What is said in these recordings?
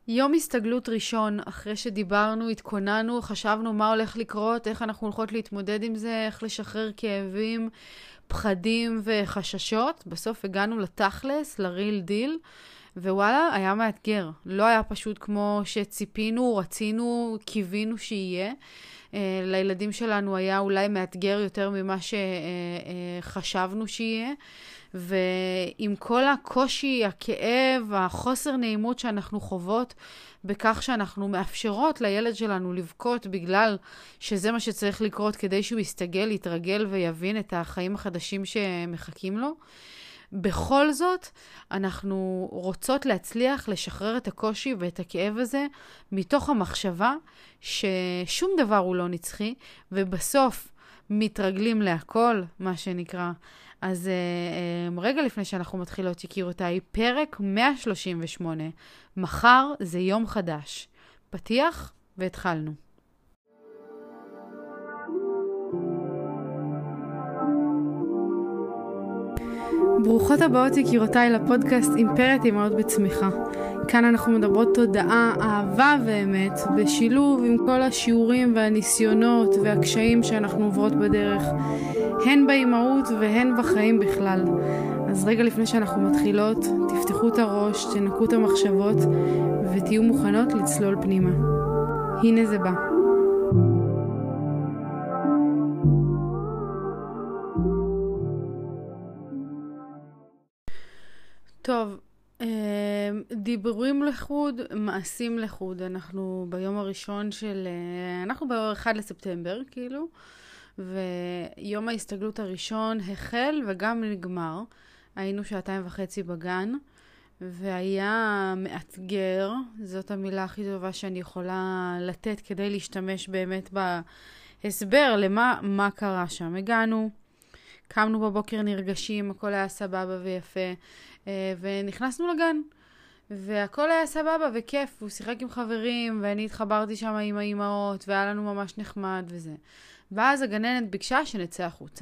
יום הסתגלות ראשון, אחרי שדיברנו, התכוננו, חשבנו מה הולך לקרות, איך אנחנו הולכות להתמודד עם זה, איך לשחרר כאבים, פחדים וחששות. בסוף הגענו לתכלס, לריל דיל, ווואלה, היה מאתגר. לא היה פשוט כמו שציפינו, רצינו, קיווינו שיהיה. לילדים שלנו היה אולי מאתגר יותר ממה שחשבנו שיהיה. ועם כל הקושי, הכאב, החוסר נעימות שאנחנו חוות, בכך שאנחנו מאפשרות לילד שלנו לבכות בגלל שזה מה שצריך לקרות כדי שהוא יסתגל, יתרגל ויבין את החיים החדשים שמחכים לו. בכל זאת, אנחנו רוצות להצליח לשחרר את הקושי ואת הכאב הזה מתוך המחשבה ששום דבר הוא לא נצחי, ובסוף מתרגלים להכל, מה שנקרא. אז רגע לפני שאנחנו מתחילות, יקירותיי, פרק 138. מחר זה יום חדש. פתיח והתחלנו. ברוכות הבאות יקירותיי לפודקאסט אימפרית אימהות בצמיחה. כאן אנחנו מדברות תודעה, אהבה ואמת, בשילוב עם כל השיעורים והניסיונות והקשיים שאנחנו עוברות בדרך, הן באימהות והן בחיים בכלל. אז רגע לפני שאנחנו מתחילות, תפתחו את הראש, תנקו את המחשבות ותהיו מוכנות לצלול פנימה. הנה זה בא. טוב, דיבורים לחוד, מעשים לחוד. אנחנו ביום הראשון אנחנו ב-1 לספטמבר, כאילו, ויום ההסתגלות הראשון החל וגם נגמר. היינו 2.5 בגן, והיה מאתגר, זאת המילה הכי טובה שאני יכולה לתת כדי להשתמש באמת בהסבר למה קרה שם. הגענו, קמנו בבוקר נרגשים, הכל היה סבבה ויפה, ונכנסנו לגן, והכל היה סבבה וכיף, הוא שיחק עם חברים, ואני התחברתי שם עם האימהות, והיה לנו ממש נחמד וזה. ואז הגננת ביקשה שנצא החוצה.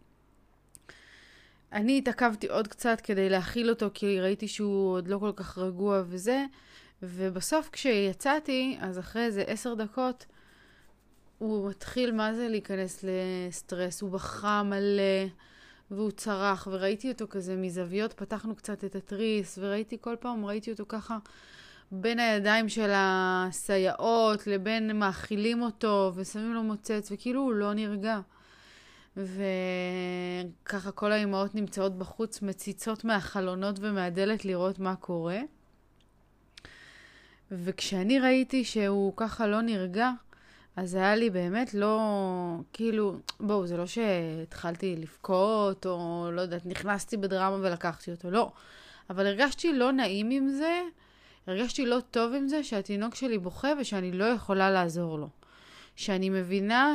אני התעכבתי עוד קצת כדי להכיל אותו, כי ראיתי שהוא עוד לא כל כך רגוע וזה, ובסוף כשיצאתי, אז אחרי איזה 10 דקות, הוא מתחיל מה זה להיכנס לסטרס, הוא בכה מלא, והוא צרח, וראיתי אותו כזה מזוויות, פתחנו קצת את התריס, וראיתי כל פעם, ראיתי אותו ככה בין הידיים של הסייעות, לבין מאכילים אותו, ושמים לו מוצץ, וכאילו הוא לא נרגע. וככה כל האימהות נמצאות בחוץ, מציצות מהחלונות ומהדלת לראות מה קורה. וכשאני ראיתי שהוא ככה לא נרגע, אז היה לי באמת לא, כאילו, בואו, זה לא שהתחלתי לבכות, או לא יודעת, נכנסתי בדרמה ולקחתי אותו, לא. אבל הרגשתי לא נעים עם זה, הרגשתי לא טוב עם זה, שהתינוק שלי בוכה ושאני לא יכולה לעזור לו. שאני מבינה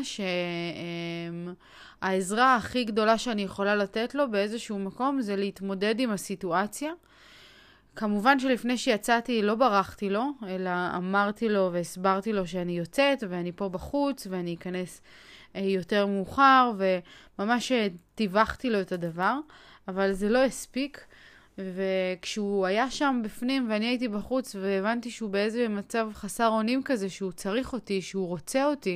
שהעזרה הכי גדולה שאני יכולה לתת לו באיזשהו מקום, זה להתמודד עם הסיטואציה. כמובן שלפני שיצאתי לא ברחתי לו, אלא אמרתי לו והסברתי לו שאני יוצאת ואני פה בחוץ ואני אכנס יותר מאוחר, וממש טיווחתי לו את הדבר, אבל זה לא הספיק. וכשהוא היה שם בפנים ואני הייתי בחוץ והבנתי שהוא באיזה מצב חסר אונים כזה, שהוא צריך אותי, שהוא רוצה אותי,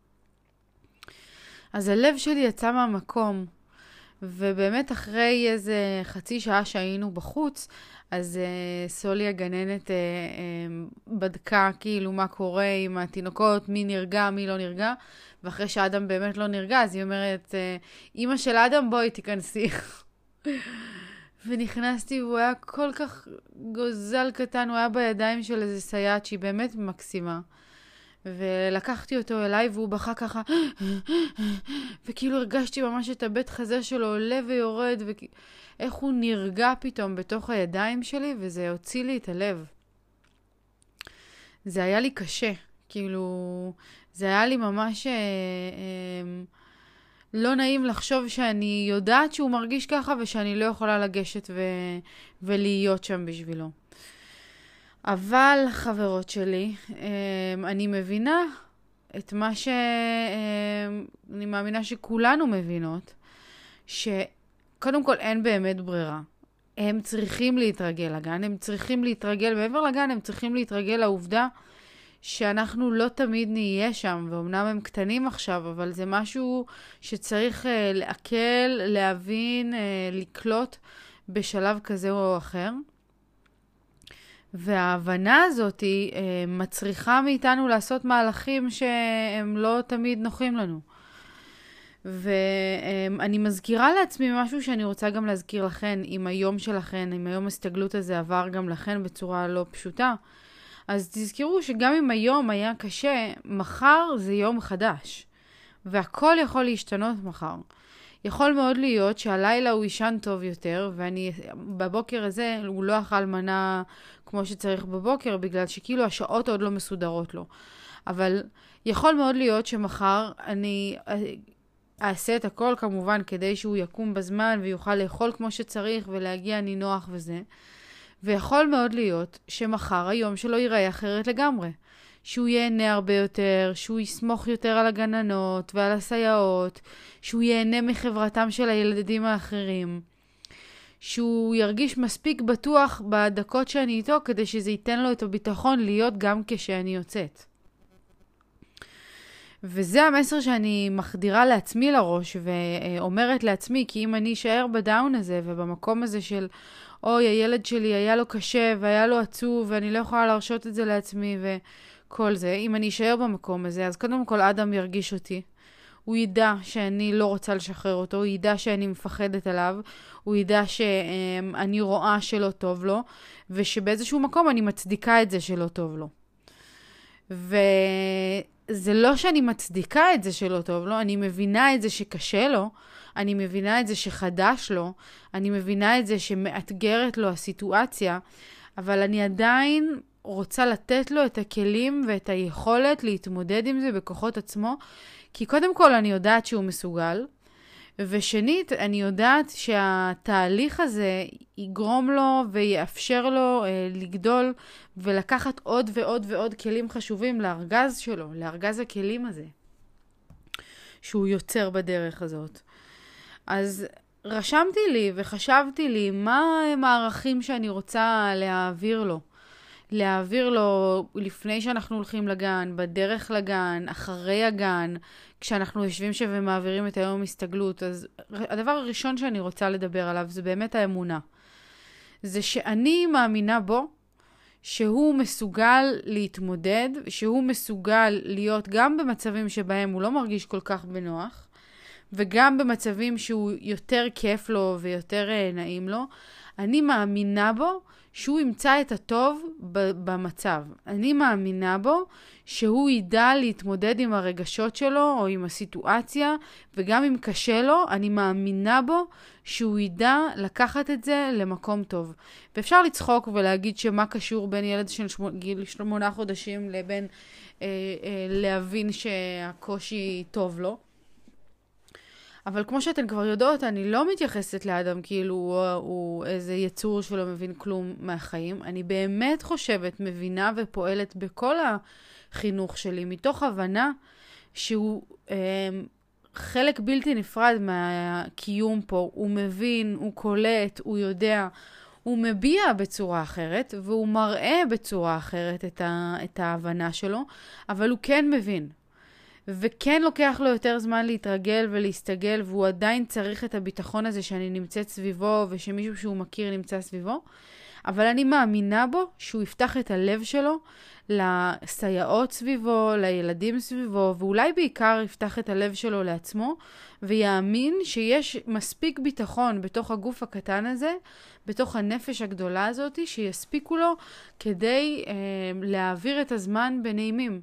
אז הלב שלי יצא מהמקום. ובאמת אחרי איזה חצי שעה שהיינו בחוץ, אז סולי הגננת בדקה כאילו מה קורה עם התינוקות, מי נרגע, מי לא נרגע, ואחרי שאדם באמת לא נרגע, אז היא אומרת, אמא של אדם בואי תיכנסי. ונכנסתי והוא היה כל כך גוזל קטן, הוא היה בידיים של איזה סייעת שהיא באמת מקסימה. ולקחתי אותו אליי והוא בכה ככה, וכאילו הרגשתי ממש את הבית חזה שלו עולה ויורד, ואיך הוא נרגע פתאום בתוך הידיים שלי, וזה הוציא לי את הלב. זה היה לי קשה, כאילו, זה היה לי ממש לא נעים לחשוב שאני יודעת שהוא מרגיש ככה, ושאני לא יכולה לגשת ולהיות שם בשבילו. אבל חברות שלי, אני מבינה את מה אני מאמינה שכולנו מבינות, שקודם כל אין באמת ברירה. הם צריכים להתרגל לגן, הם צריכים להתרגל, מעבר לגן הם צריכים להתרגל לעובדה שאנחנו לא תמיד נהיה שם, ואומנם הם קטנים עכשיו, אבל זה משהו שצריך לעכל, להבין, לקלוט בשלב כזה או אחר. וההבנה הזאת מצריכה מאיתנו לעשות מהלכים שהם לא תמיד נוחים לנו. ואני מזכירה לעצמי משהו שאני רוצה גם להזכיר לכן, אם היום שלכן, אם היום הסתגלות הזה עבר גם לכן בצורה לא פשוטה, אז תזכרו שגם אם היום היה קשה, מחר זה יום חדש. והכל יכול להשתנות מחר. יכול מאוד להיות שהלילה הוא ישן טוב יותר, ואני בבוקר הזה הוא לא אכל מנה כמו שצריך בבוקר, בגלל שכאילו השעות עוד לא מסודרות לו. אבל יכול מאוד להיות שמחר אני אעשה את הכל כמובן כדי שהוא יקום בזמן ויוכל לאכול כמו שצריך ולהגיע נינוח וזה. ויכול מאוד להיות שמחר היום שלו ייראה אחרת לגמרי. שהוא ייהנה הרבה יותר, שהוא יסמוך יותר על הגננות ועל הסייעות, שהוא ייהנה מחברתם של הילדים האחרים, שהוא ירגיש מספיק בטוח בדקות שאני איתו כדי שזה ייתן לו את הביטחון להיות גם כשאני יוצאת. וזה המסר שאני מחדירה לעצמי לראש ואומרת לעצמי, כי אם אני אשאר בדאון הזה ובמקום הזה של אוי, הילד שלי היה לו קשה והיה לו עצוב ואני לא יכולה להרשות את זה לעצמי וכל זה, אם אני אשאר במקום הזה, אז קודם כל אדם ירגיש אותי. הוא ידע שאני לא רוצה לשחרר אותו, הוא ידע שאני מפחדת עליו, הוא ידע שאני רואה שלא טוב לו, ושבאיזשהו מקום אני מצדיקה את זה שלא טוב לו. וזה לא שאני מצדיקה את זה שלא טוב לו, אני מבינה את זה שקשה לו, אני מבינה את זה שחדש לו, אני מבינה את זה שמאתגרת לו הסיטואציה, אבל אני עדיין רוצה לתת לו את הכלים ואת היכולת להתמודד עם זה בכוחות עצמו, כי קודם כל אני יודעת שהוא מסוגל, ושנית אני יודעת שהתהליך הזה יגרום לו ויאפשר לו לגדול ולקחת עוד ועוד ועוד כלים חשובים לארגז שלו, לארגז הכלים הזה, שהוא יוצר בדרך הזאת. אז רשמתי לי וחשבתי לי מה הם הערכים שאני רוצה להעביר לו. להעביר לו לפני שאנחנו הולכים לגן, בדרך לגן, אחרי הגן, כשאנחנו יושבים שם ומעבירים את היום הסתגלות. אז הדבר הראשון שאני רוצה לדבר עליו זה באמת האמונה. זה שאני מאמינה בו, שהוא מסוגל להתמודד, שהוא מסוגל להיות גם במצבים שבהם הוא לא מרגיש כל כך בנוח, וגם במצבים שהוא יותר כיף לו ויותר נעים לו. אני מאמינה בו שהוא ימצא את הטוב במצב. אני מאמינה בו שהוא ידע להתמודד עם הרגשות שלו או עם הסיטואציה, וגם אם קשה לו, אני מאמינה בו שהוא ידע לקחת את זה למקום טוב. ואפשר לצחוק ולהגיד שמה קשור בין ילד של גיל 8 חודשים לבין להבין שהקושי טוב לו. אבל כמו שאתן כבר יודעות, אני לא מתייחסת לאדם כאילו הוא איזה יצור שלא מבין כלום מהחיים. אני באמת חושבת, מבינה ופועלת בכל החינוך שלי, מתוך הבנה שהוא חלק בלתי נפרד מהקיום פה. הוא מבין, הוא קולט, הוא יודע, הוא מביע בצורה אחרת, והוא מראה בצורה אחרת את ההבנה שלו, אבל הוא כן מבין. וכן לוקח לו יותר זמן להתרגל ולהסתגל, והוא עדיין צריך את הביטחון הזה שאני נמצאת סביבו, ושמישהו שהוא מכיר נמצא סביבו. אבל אני מאמינה בו שהוא יפתח את הלב שלו לסייעות סביבו, לילדים סביבו, ואולי בעיקר יפתח את הלב שלו לעצמו, ויאמין שיש מספיק ביטחון בתוך הגוף הקטן הזה, בתוך הנפש הגדולה הזאת, שיספיקו לו כדי להעביר את הזמן בנעימים.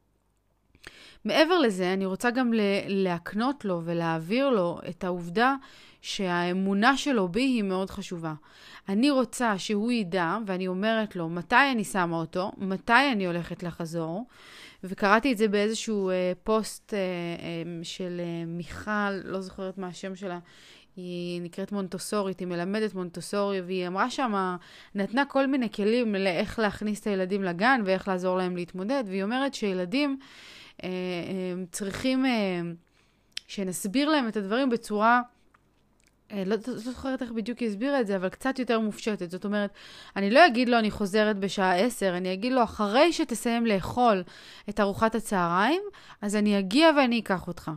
מעבר לזה, אני רוצה גם להקנות לו ולהעביר לו את העובדה שהאמונה שלו בי היא מאוד חשובה. אני רוצה שהוא ידע, ואני אומרת לו מתי אני שמה אותו, מתי אני הולכת לחזור, וקראתי את זה באיזשהו פוסט של מיכל, לא זוכרת מה השם שלה, היא נקראת מונטוסורית, היא מלמדת מונטוסורי, והיא אמרה שמה, נתנה כל מיני כלים לאיך להכניס את הילדים לגן ואיך לעזור להם להתמודד, והיא אומרת שילדים צריכים שנסביר להם את הדברים בצורה לא זוכרת איך בדיוק היא הסבירה את זה, אבל קצת יותר מופשטת. זאת אומרת, אני לא אגיד לו אני חוזרת בשעה 10, אני אגיד לו אחרי שתסיים לאכול את ארוחת הצהריים, אז אני אגיע ואני אקח אותך.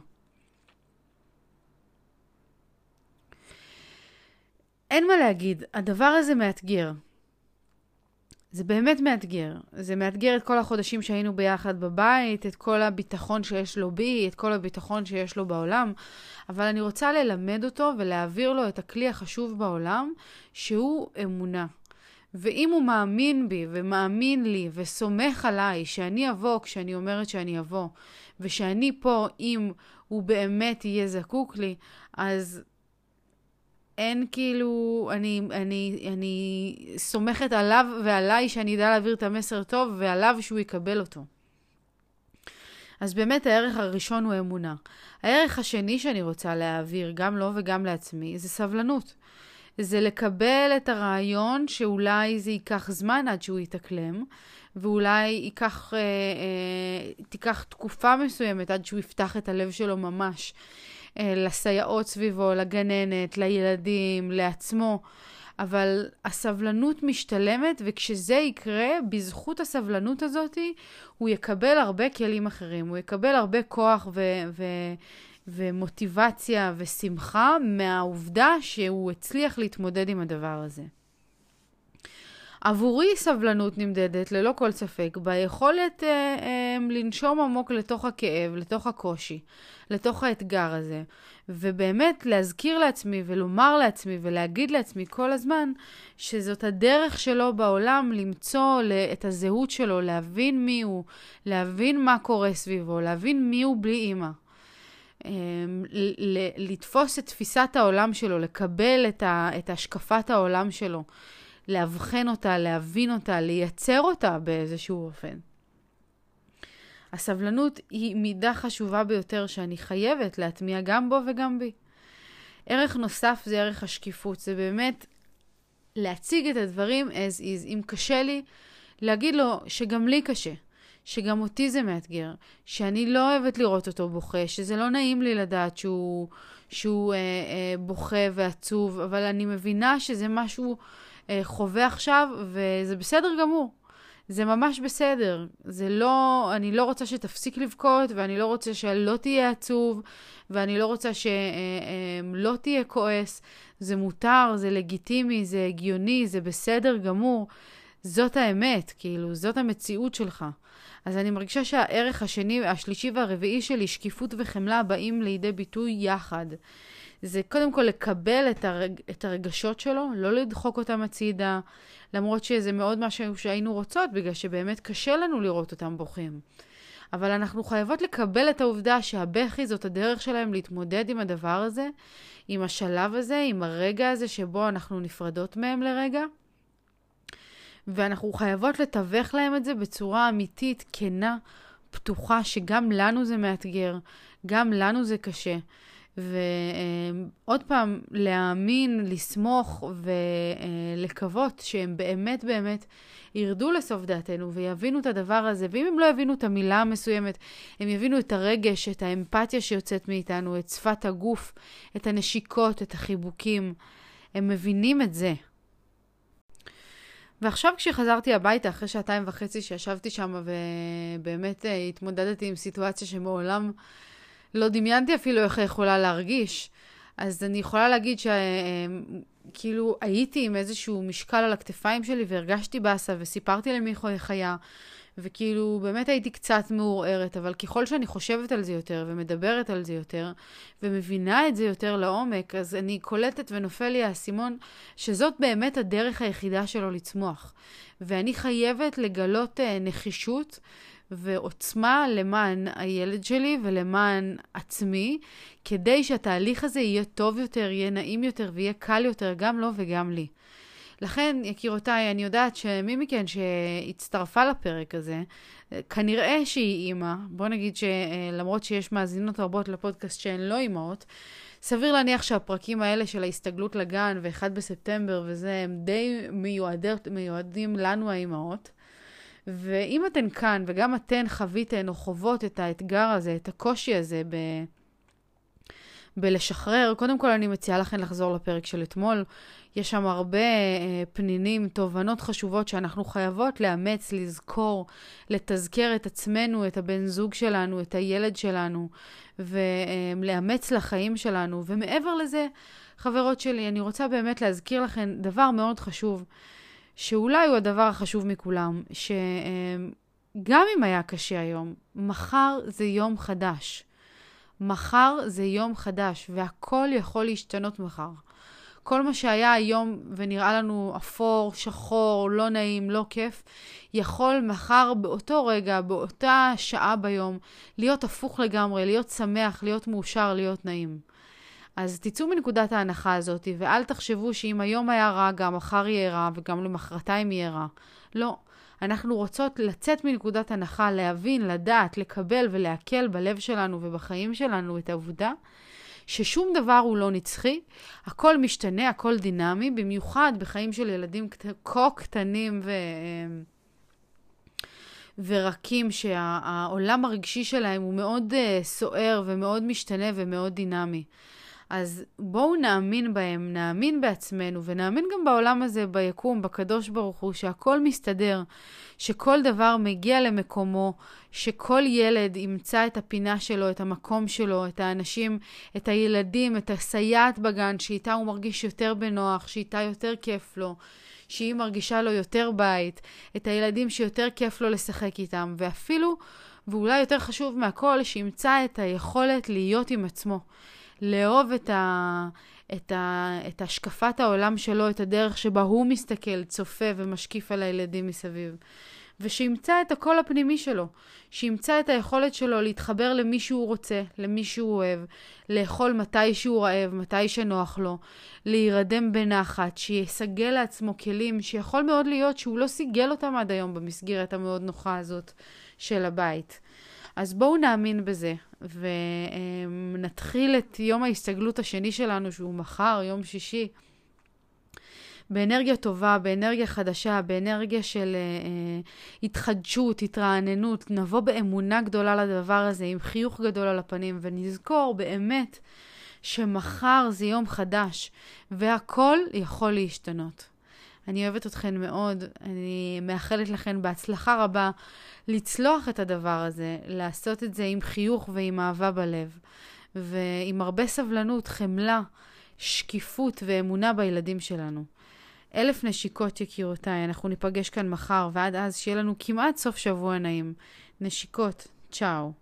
אין מה להגיד, הדבר הזה מאתגר. זה באמת מאתגר. זה מאתגר את כל החודשים שהיינו ביחד בבית, את כל הביטחון שיש לו בי, את כל הביטחון שיש לו בעולם, אבל אני רוצה ללמד אותו ולהעביר לו את הכלי החשוב בעולם, שהוא אמונה. ואם הוא מאמין בי ומאמין לי וסומך עליי שאני אבוא כשאני אומרת שאני אבוא, ושאני פה אם הוא באמת יהיה זקוק לי, אז אין כאילו, אני סומכת עליו ועליי שאני אדע להעביר את המסר טוב, ועליו שהוא יקבל אותו. אז באמת הערך הראשון הוא אמונה. הערך השני שאני רוצה להעביר, גם לו וגם לעצמי, זה סבלנות. זה לקבל את הרעיון שאולי זה ייקח זמן עד שהוא יתקלם, ואולי תיקח תקופה מסוימת עד שהוא יפתח את הלב שלו ממש. לסייעות סביבו, לגננת, לילדים, לעצמו. אבל הסבלנות משתלמת, וכשזה יקרה, בזכות הסבלנות הזאת, הוא יקבל הרבה כלים אחרים. הוא יקבל הרבה כוח ומוטיבציה ושמחה מהעובדה שהוא הצליח להתמודד עם הדבר הזה. עבורי סבלנות נמדדת ללא כל ספק ביכולת לנשום עמוק לתוך הכאב, לתוך הקושי, לתוך האתגר הזה, ובאמת להזכיר לעצמי ולומר לעצמי ולהגיד לעצמי כל הזמן שזאת הדרך שלו בעולם למצוא את הזהות שלו, להבין מי הוא, להבין מה קורה סביבו, להבין מי הוא בלי אמא. לתפוס את תפיסת העולם שלו, לקבל את השקפת העולם שלו, להבחן אותה, להבין אותה, לייצר אותה באיזשהו אופן. הסבלנות היא מידה חשובה ביותר שאני חייבת להטמיע גם בו וגם בי. ערך נוסף זה ערך השקיפות. זה באמת להציג את הדברים as is. אם קשה לי, להגיד לו שגם לי קשה, שגם אותי זה מאתגר, שאני לא אוהבת לראות אותו בוכה, שזה לא נעים לי לדעת שהוא בוכה ועצוב, אבל אני מבינה שזה משהו חווה עכשיו, וזה בסדר גמור. זה ממש בסדר. אני לא רוצה שתפסיק לבכות, ואני לא רוצה שלא תהיה עצוב, ואני לא רוצה שלא תהיה כועס. זה מותר, זה לגיטימי, זה הגיוני, זה בסדר גמור. זאת האמת, כאילו, זאת המציאות שלך. אז אני מרגישה שהערך השלישי והרביעי שלי, שקיפות וחמלה, באים לידי ביטוי יחד. זה קודם כל לקבל את הרגשות שלו, לא לדחוק אותם הצידה, למרות שזה מאוד משהו שהיינו רוצות, בגלל שבאמת קשה לנו לראות אותם בוכים. אבל אנחנו חייבות לקבל את העובדה שהבכי זאת הדרך שלהם להתמודד עם הדבר הזה, עם השלב הזה, עם הרגע הזה שבו אנחנו נפרדות מהם לרגע. ואנחנו חייבות לתווך להם את זה בצורה אמיתית, כנה, פתוחה, שגם לנו זה מאתגר, גם לנו זה קשה. ועוד פעם, להאמין, לסמוך ולקוות שהם באמת באמת ירדו לסוף דעתנו ויבינו את הדבר הזה. ואם הם לא יבינו את המילה המסוימת, הם יבינו את הרגש, את האמפתיה שיוצאת מאיתנו, את שפת הגוף, את הנשיקות, את החיבוקים. הם מבינים את זה. ועכשיו כשחזרתי הביתה, אחרי 2.5 שישבתי שם ובאמת התמודדתי עם סיטואציה שמעולם לא דמיינתי אפילו איך יכולה להרגיש, אז אני יכולה להגיד שכאילו הייתי עם איזשהו משקל על הכתפיים שלי והרגשתי באסה וסיפרתי למי איך היה, וכאילו באמת הייתי קצת מעורערת, אבל ככל שאני חושבת על זה יותר ומדברת על זה יותר ומבינה את זה יותר לעומק, אז אני קולטת ונופל לי האסימון שזאת באמת הדרך היחידה שלו לצמוח. ואני חייבת לגלות נחישות ועוצמה למען הילד שלי ולמען עצמי, כדי שהתהליך הזה יהיה טוב יותר, יהיה נעים יותר ויהיה קל יותר גם לו וגם לי. לכן, יקירותיי, אני יודעת שמי מכן שהצטרפה לפרק הזה, כנראה שהיא אימא. בוא נגיד שלמרות שיש מאזינות רבות לפודקאסט שהן לא אימהות, סביר להניח שהפרקים האלה של ההסתגלות לגן ו1 בספטמבר וזה, הם די מיועדים לנו האימהות. ואם אתן כאן וגם אתן חוויתן או חוות את האתגר הזה, את הקושי הזה בלשחרר. קודם כל אני מציעה לכם לחזור לפרק של אתמול. יש שם הרבה פנינים, תובנות חשובות שאנחנו חייבות לאמץ, לזכור, לתזכר את עצמנו, את הבן זוג שלנו, את הילד שלנו, ולאמץ לחיים שלנו. ומעבר לזה, חברות שלי, אני רוצה באמת להזכיר לכם דבר מאוד חשוב, שאולי הוא הדבר החשוב מכולם, שגם אם היה קשה היום, מחר זה יום חדש. מחר זה יום חדש, והכל יכול להשתנות מחר. כל מה שהיה היום ונראה לנו אפור, שחור, לא נעים, לא כיף, יכול מחר באותו רגע, באותה שעה ביום, להיות הפוך לגמרי, להיות שמח, להיות מאושר, להיות נעים. אז תצאו מנקודת ההנחה הזאת, ואל תחשבו שאם היום היה רע, גם מחר יהיה רע, וגם למחרתיים יהיה רע. לא. אנחנו רוצות לצאת מנקודת הנחה, להבין, לדעת, לקבל ולהקל בלב שלנו ובחיים שלנו את העובדה, ששום דבר הוא לא נצחי, הכל משתנה, הכל דינמי, במיוחד בחיים של ילדים כה קטנים ורקים, שהעולם הרגשי שלהם הוא מאוד סוער ומאוד משתנה ומאוד דינמי. אז בואו נאמין בהם, נאמין בעצמנו, ונאמין גם בעולם הזה, ביקום, בקדוש ברוך הוא, שהכל מסתדר, שכל דבר מגיע למקומו, שכל ילד ימצא את הפינה שלו, את המקום שלו, את האנשים, את הילדים, את הסייעת בגן, שאיתה הוא מרגיש יותר בנוח, שאיתה יותר כיף לו, שהיא מרגישה לו יותר בית, את הילדים שיותר כיף לו לשחק איתם, ואפילו, ואולי יותר חשוב מהכל, שימצא את היכולת להיות עם עצמו. לאהוב את השקפת העולם שלו, את הדרך שבה הוא מסתכל, צופה ומשקיף על הילדים מסביב. ושימצא את הקול הפנימי שלו, שימצא את היכולת שלו להתחבר למי שהוא רוצה, למי שהוא אוהב, לאכול מתי שהוא רעב, מתי שנוח לו, להירדם בנחת, שיסגל לעצמו כלים שיכול מאוד להיות שהוא לא סיגל אותם עד היום במסגרת המאוד נוחה הזאת של הבית. אז בואו נאמין בזה, ונתחיל את יום ההסתגלות השני שלנו, שהוא מחר, יום שישי, באנרגיה טובה, באנרגיה חדשה, באנרגיה של התחדשות, התרעננות. נבוא באמונה גדולה לדבר הזה, עם חיוך גדול על הפנים, ונזכור באמת שמחר זה יום חדש, והכל יכול להשתנות. אני אוהבת אתכן מאוד, אני מאחלת לכן בהצלחה רבה לצלוח את הדבר הזה, לעשות את זה עם חיוך ועם אהבה בלב, ועם הרבה סבלנות, חמלה, שקיפות ואמונה בילדים שלנו. 1000 נשיקות יקירותיי, אנחנו ניפגש כאן מחר, ועד אז שיהיה לנו כמעט סוף שבוע נעים. נשיקות, צ'או.